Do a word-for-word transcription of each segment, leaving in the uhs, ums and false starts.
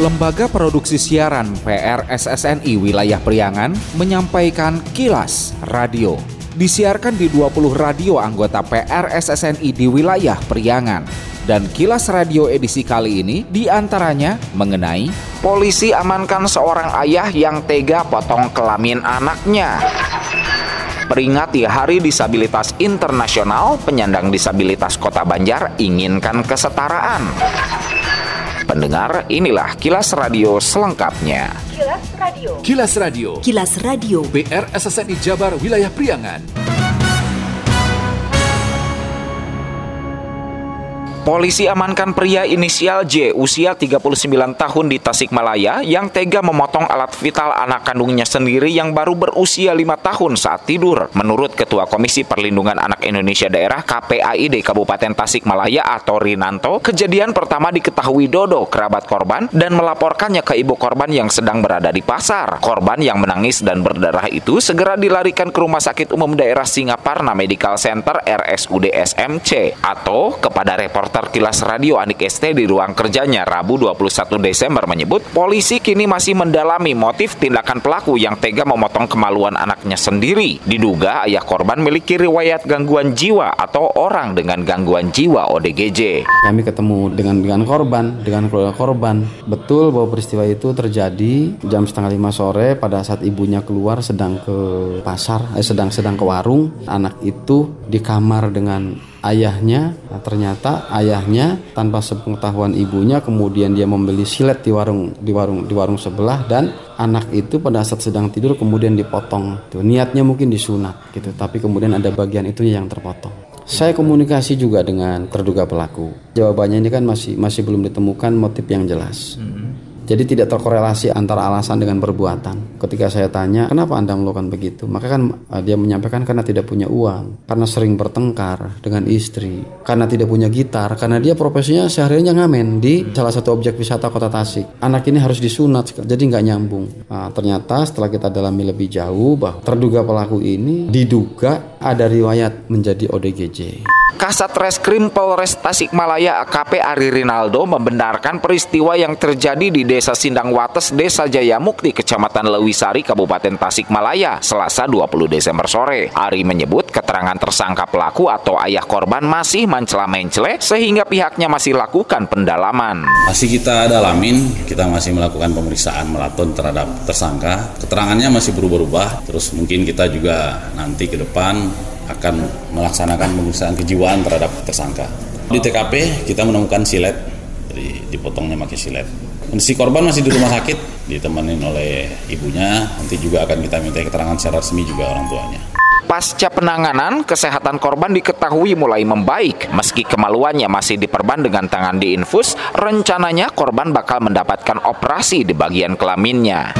Lembaga Produksi Siaran P R S S N I Wilayah Priangan menyampaikan Kilas Radio. Disiarkan di dua puluh radio anggota P R S S N I di wilayah Priangan. Dan Kilas Radio edisi kali ini diantaranya mengenai polisi amankan seorang ayah yang tega potong kelamin anaknya. Peringati Hari Disabilitas Internasional, penyandang disabilitas Kota Banjar inginkan kesetaraan. Pendengar, inilah Kilas Radio selengkapnya. Kilas Radio. Kilas Radio. Kilas Radio. P R S S N I Jabar Wilayah Priangan. Polisi amankan pria inisial J usia tiga puluh sembilan tahun di Tasikmalaya yang tega memotong alat vital anak kandungnya sendiri yang baru berusia lima tahun saat tidur. Menurut Ketua Komisi Perlindungan Anak Indonesia Daerah K P A I D Kabupaten Tasikmalaya atau Rinanto, kejadian pertama diketahui Dodo, kerabat korban, dan melaporkannya ke ibu korban yang sedang berada di pasar. Korban yang menangis dan berdarah itu segera dilarikan ke Rumah Sakit Umum Daerah Singaparna Medical Center R S U D S M C atau kepada reporter Kilas Radio Anik S T di ruang kerjanya Rabu dua puluh satu Desember menyebut polisi kini masih mendalami motif tindakan pelaku yang tega memotong kemaluan anaknya sendiri. Diduga ayah korban memiliki riwayat gangguan jiwa atau orang dengan gangguan jiwa O D G J. Kami ketemu dengan dengan korban, dengan keluarga korban. Betul bahwa peristiwa itu terjadi jam setengah lima sore pada saat ibunya keluar sedang ke pasar, eh, sedang sedang ke warung. Anak itu di kamar dengan ayahnya. Nah, ternyata ayahnya tanpa sepengetahuan ibunya kemudian dia membeli silet di warung di warung di warung sebelah, dan anak itu pada saat sedang tidur kemudian dipotong. Tuh, niatnya mungkin disunat gitu, tapi kemudian ada bagian itunya yang terpotong. Saya komunikasi juga dengan terduga pelaku. Jawabannya ini kan masih masih belum ditemukan motif yang jelas. Hmm. Jadi tidak terkorelasi antara alasan dengan perbuatan. Ketika saya tanya, kenapa Anda melakukan begitu? Maka kan dia menyampaikan karena tidak punya uang, karena sering bertengkar dengan istri, karena tidak punya gitar, karena dia profesinya sehariannya ngamen di salah satu objek wisata Kota Tasik. Anak ini harus disunat, jadi nggak nyambung. Nah, ternyata setelah kita dalami lebih jauh, bahwa terduga pelaku ini diduga ada riwayat menjadi O D G J. Kasat Reskrim Polres Tasikmalaya A K P Ari Rinaldo membenarkan peristiwa yang terjadi di Desa Sindang Wates, Desa Jayamukti, Kecamatan Lewisari, Kabupaten Tasikmalaya, Selasa dua puluh Desember sore. Ari menyebut keterangan tersangka pelaku atau ayah korban masih mencela-mencele sehingga pihaknya masih lakukan pendalaman. Masih kita dalamin, kita masih melakukan pemeriksaan melaton terhadap tersangka. Keterangannya masih berubah-ubah, terus mungkin kita juga nanti ke depan akan melaksanakan pemeriksaan kejiwaan terhadap tersangka. Di T K P kita menemukan silet, jadi dipotongnya pakai silet. Kondisi korban masih di rumah sakit, ditemenin oleh ibunya. Nanti juga akan kita minta keterangan secara resmi juga orang tuanya. Pasca penanganan, kesehatan korban diketahui mulai membaik. Meski kemaluannya masih diperban dengan tangan diinfus, rencananya korban bakal mendapatkan operasi di bagian kelaminnya.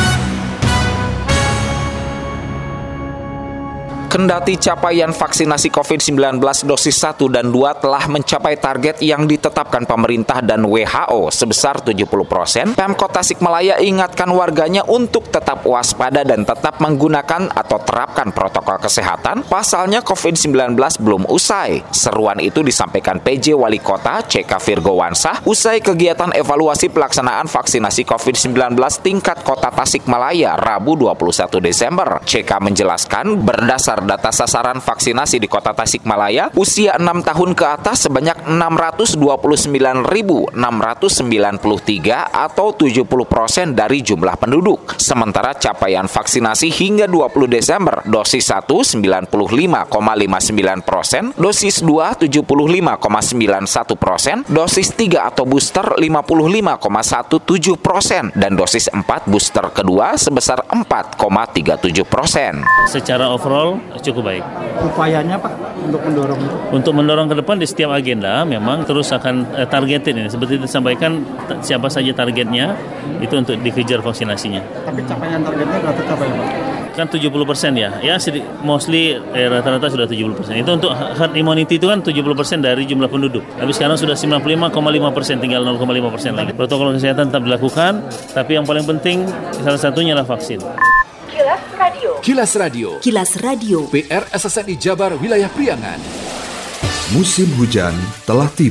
Kendati capaian vaksinasi covid sembilan belas dosis satu dan dua telah mencapai target yang ditetapkan pemerintah dan W H O sebesar tujuh puluh persen, Pemkot Tasikmalaya ingatkan warganya untuk tetap waspada dan tetap menggunakan atau terapkan protokol kesehatan. Pasalnya covid sembilan belas belum usai. Seruan itu disampaikan P J Wali Kota C K Virgowansah usai kegiatan evaluasi pelaksanaan vaksinasi covid sembilan belas tingkat Kota Tasikmalaya Rabu dua puluh satu Desember. C K menjelaskan berdasar data sasaran vaksinasi di Kota Tasikmalaya, usia enam tahun ke atas sebanyak enam ratus dua puluh sembilan ribu enam ratus sembilan puluh tiga atau tujuh puluh persen dari jumlah penduduk. Sementara capaian vaksinasi hingga dua puluh Desember, dosis satu sembilan puluh lima koma lima sembilan persen, dosis dua tujuh puluh lima koma sembilan satu persen, dosis tiga atau booster lima puluh lima koma tujuh belas persen, dan dosis empat booster kedua sebesar empat koma tiga tujuh persen. Secara overall cukup baik. Upayanya Pak untuk mendorong itu? Untuk mendorong ke depan di setiap agenda memang terus akan eh, targetin ini. Seperti disampaikan t- siapa saja targetnya itu untuk dikejar vaksinasinya. Tapi capaian targetnya sudah tercapai Pak? Kan tujuh puluh persen ya. Ya mostly eh, rata-rata sudah tujuh puluh persen. Itu untuk herd immunity itu kan tujuh puluh persen dari jumlah penduduk. Tapi sekarang sudah sembilan puluh lima koma lima persen, tinggal nol koma lima persen lagi. Protokol kesehatan tetap dilakukan, tapi yang paling penting salah satunya adalah vaksin. Kilas Radio. Kilas Radio. Kilas Radio. P R S S N I Jabar Wilayah Priangan. Musim hujan telah tiba.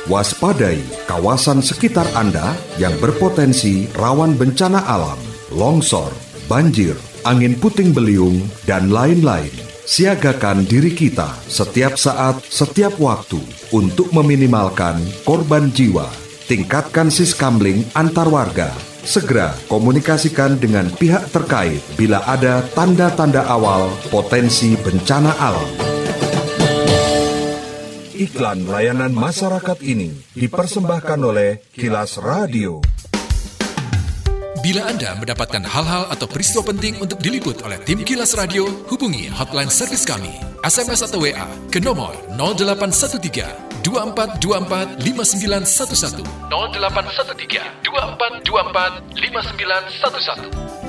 Waspadai kawasan sekitar Anda yang berpotensi rawan bencana alam, longsor, banjir, angin puting beliung, dan lain-lain. Siagakan diri kita setiap saat, setiap waktu untuk meminimalkan korban jiwa. Tingkatkan siskamling antar warga. Segera komunikasikan dengan pihak terkait bila ada tanda-tanda awal potensi bencana alam. Iklan layanan masyarakat ini dipersembahkan oleh Kilas Radio. Bila Anda mendapatkan hal-hal atau peristiwa penting untuk diliput oleh tim Kilas Radio, hubungi hotline servis kami, S M S atau W A ke nomor nol delapan satu tiga dua empat dua empat lima sembilan satu satu nol delapan satu tiga dua empat dua empat lima sembilan satu satu.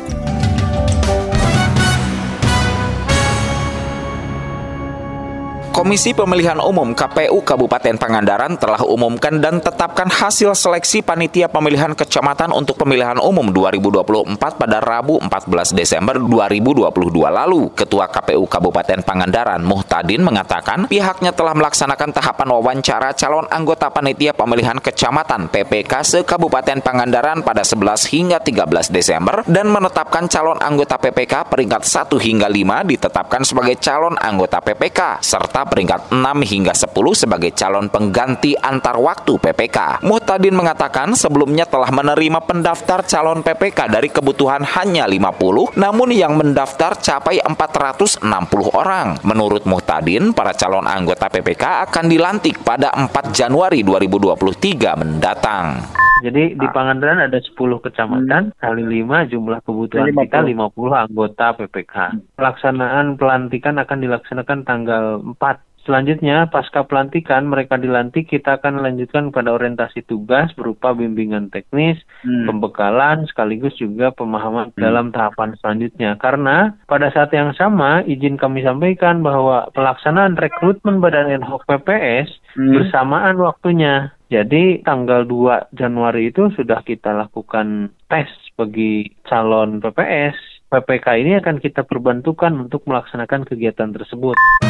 Komisi Pemilihan Umum K P U Kabupaten Pangandaran telah umumkan dan tetapkan hasil seleksi panitia pemilihan kecamatan untuk pemilihan umum dua ribu dua puluh empat pada Rabu empat belas Desember dua ribu dua puluh dua lalu. Ketua K P U Kabupaten Pangandaran, Muhtadin, mengatakan pihaknya telah melaksanakan tahapan wawancara calon anggota panitia pemilihan kecamatan P P K se-Kabupaten Pangandaran pada sebelas hingga tiga belas Desember dan menetapkan calon anggota P P K peringkat satu hingga lima ditetapkan sebagai calon anggota P P K, serta peringkat enam hingga sepuluh sebagai calon pengganti antar waktu P P K. Muhtadin mengatakan sebelumnya telah menerima pendaftar calon P P K dari kebutuhan hanya lima puluh, namun yang mendaftar capai empat ratus enam puluh orang. Menurut Muhtadin, para calon anggota P P K akan dilantik pada empat Januari dua ribu dua puluh tiga mendatang. Jadi di Pangandaran ada sepuluh kecamatan, kali lima jumlah kebutuhan kita lima puluh anggota P P K. Pelaksanaan pelantikan akan dilaksanakan tanggal empat. Selanjutnya, pasca pelantikan mereka dilantik, kita akan melanjutkan pada orientasi tugas berupa bimbingan teknis, hmm. pembekalan, sekaligus juga pemahaman hmm. dalam tahapan selanjutnya. Karena pada saat yang sama, izin kami sampaikan bahwa pelaksanaan rekrutmen Badan Ad Hoc P P S hmm. bersamaan waktunya. Jadi tanggal dua Januari itu sudah kita lakukan tes bagi calon P P S. P P K ini akan kita perbantukan untuk melaksanakan kegiatan tersebut.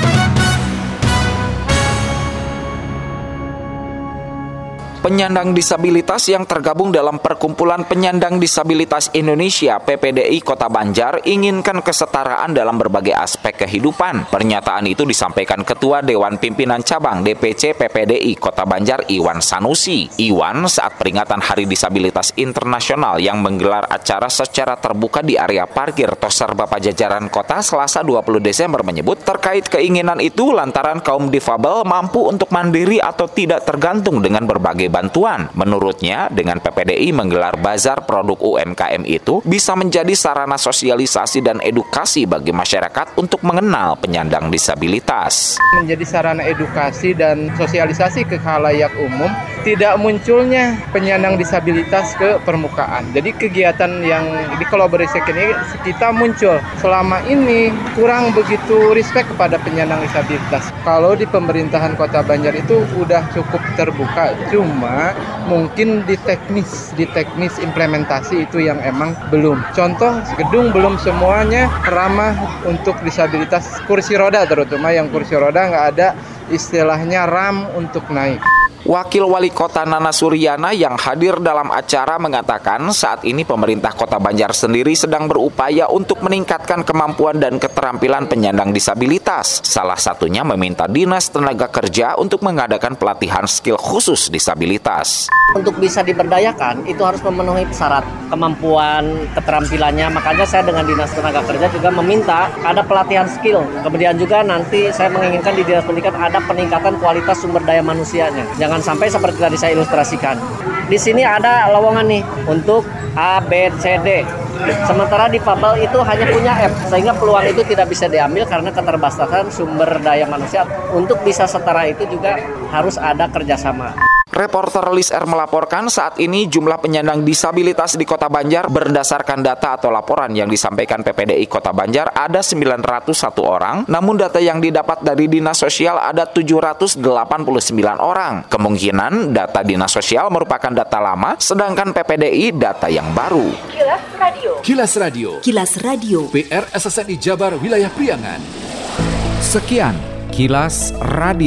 Penyandang disabilitas yang tergabung dalam Perkumpulan Penyandang Disabilitas Indonesia P P D I Kota Banjar inginkan kesetaraan dalam berbagai aspek kehidupan. Pernyataan itu disampaikan Ketua Dewan Pimpinan Cabang D P C P P D I Kota Banjar Iwan Sanusi. Iwan saat peringatan Hari Disabilitas Internasional yang menggelar acara secara terbuka di area parkir Tosar Bapak Jajaran Kota Selasa dua puluh Desember menyebut terkait keinginan itu lantaran kaum difabel mampu untuk mandiri atau tidak tergantung dengan berbagai bantuan. Menurutnya, dengan P P D I menggelar bazar produk U M K M itu bisa menjadi sarana sosialisasi dan edukasi bagi masyarakat untuk mengenal penyandang disabilitas. Menjadi sarana edukasi dan sosialisasi ke khalayak umum, tidak munculnya penyandang disabilitas ke permukaan. Jadi kegiatan yang dikolaborasikan ini kita muncul. Selama ini kurang begitu respect kepada penyandang disabilitas. Kalau di pemerintahan Kota Banjar itu udah cukup terbuka, cuma mungkin di teknis di teknis implementasi itu yang emang belum. Contoh, gedung belum semuanya ramah untuk disabilitas kursi roda, terutama yang kursi roda nggak ada istilahnya ram untuk naik. Wakil Wali Kota Nana Suryana yang hadir dalam acara mengatakan saat ini pemerintah Kota Banjar sendiri sedang berupaya untuk meningkatkan kemampuan dan keterampilan penyandang disabilitas. Salah satunya meminta Dinas Tenaga Kerja untuk mengadakan pelatihan skill khusus disabilitas. Untuk bisa diberdayakan itu harus memenuhi syarat kemampuan keterampilannya. Makanya saya dengan Dinas Tenaga Kerja juga meminta ada pelatihan skill. Kemudian juga nanti saya menginginkan di Dinas Pendidikan ada peningkatan kualitas sumber daya manusianya. Jangan Jangan sampai seperti tadi saya ilustrasikan. Di sini ada lowongan nih untuk A, B, C, D. Sementara di Fabel itu hanya punya F, sehingga peluang itu tidak bisa diambil karena keterbatasan sumber daya manusia. Untuk bisa setara itu juga harus ada kerjasama. Reporter Lis R melaporkan saat ini jumlah penyandang disabilitas di Kota Banjar berdasarkan data atau laporan yang disampaikan P P D I Kota Banjar ada sembilan ratus satu orang, namun data yang didapat dari Dinas Sosial ada tujuh ratus delapan puluh sembilan orang. Kemungkinan data Dinas Sosial merupakan data lama, sedangkan P P D I data yang baru. Kilas Radio. Kilas Radio. Kilas Radio. P R S S N I Jabar Wilayah Priangan. Sekian Kilas Radio.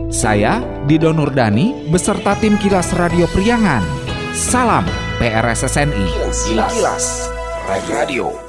Saya, Dido Nurdani, beserta tim Kilas Radio Priangan. Salam P R S S N I. Kilas, Kilas Radio.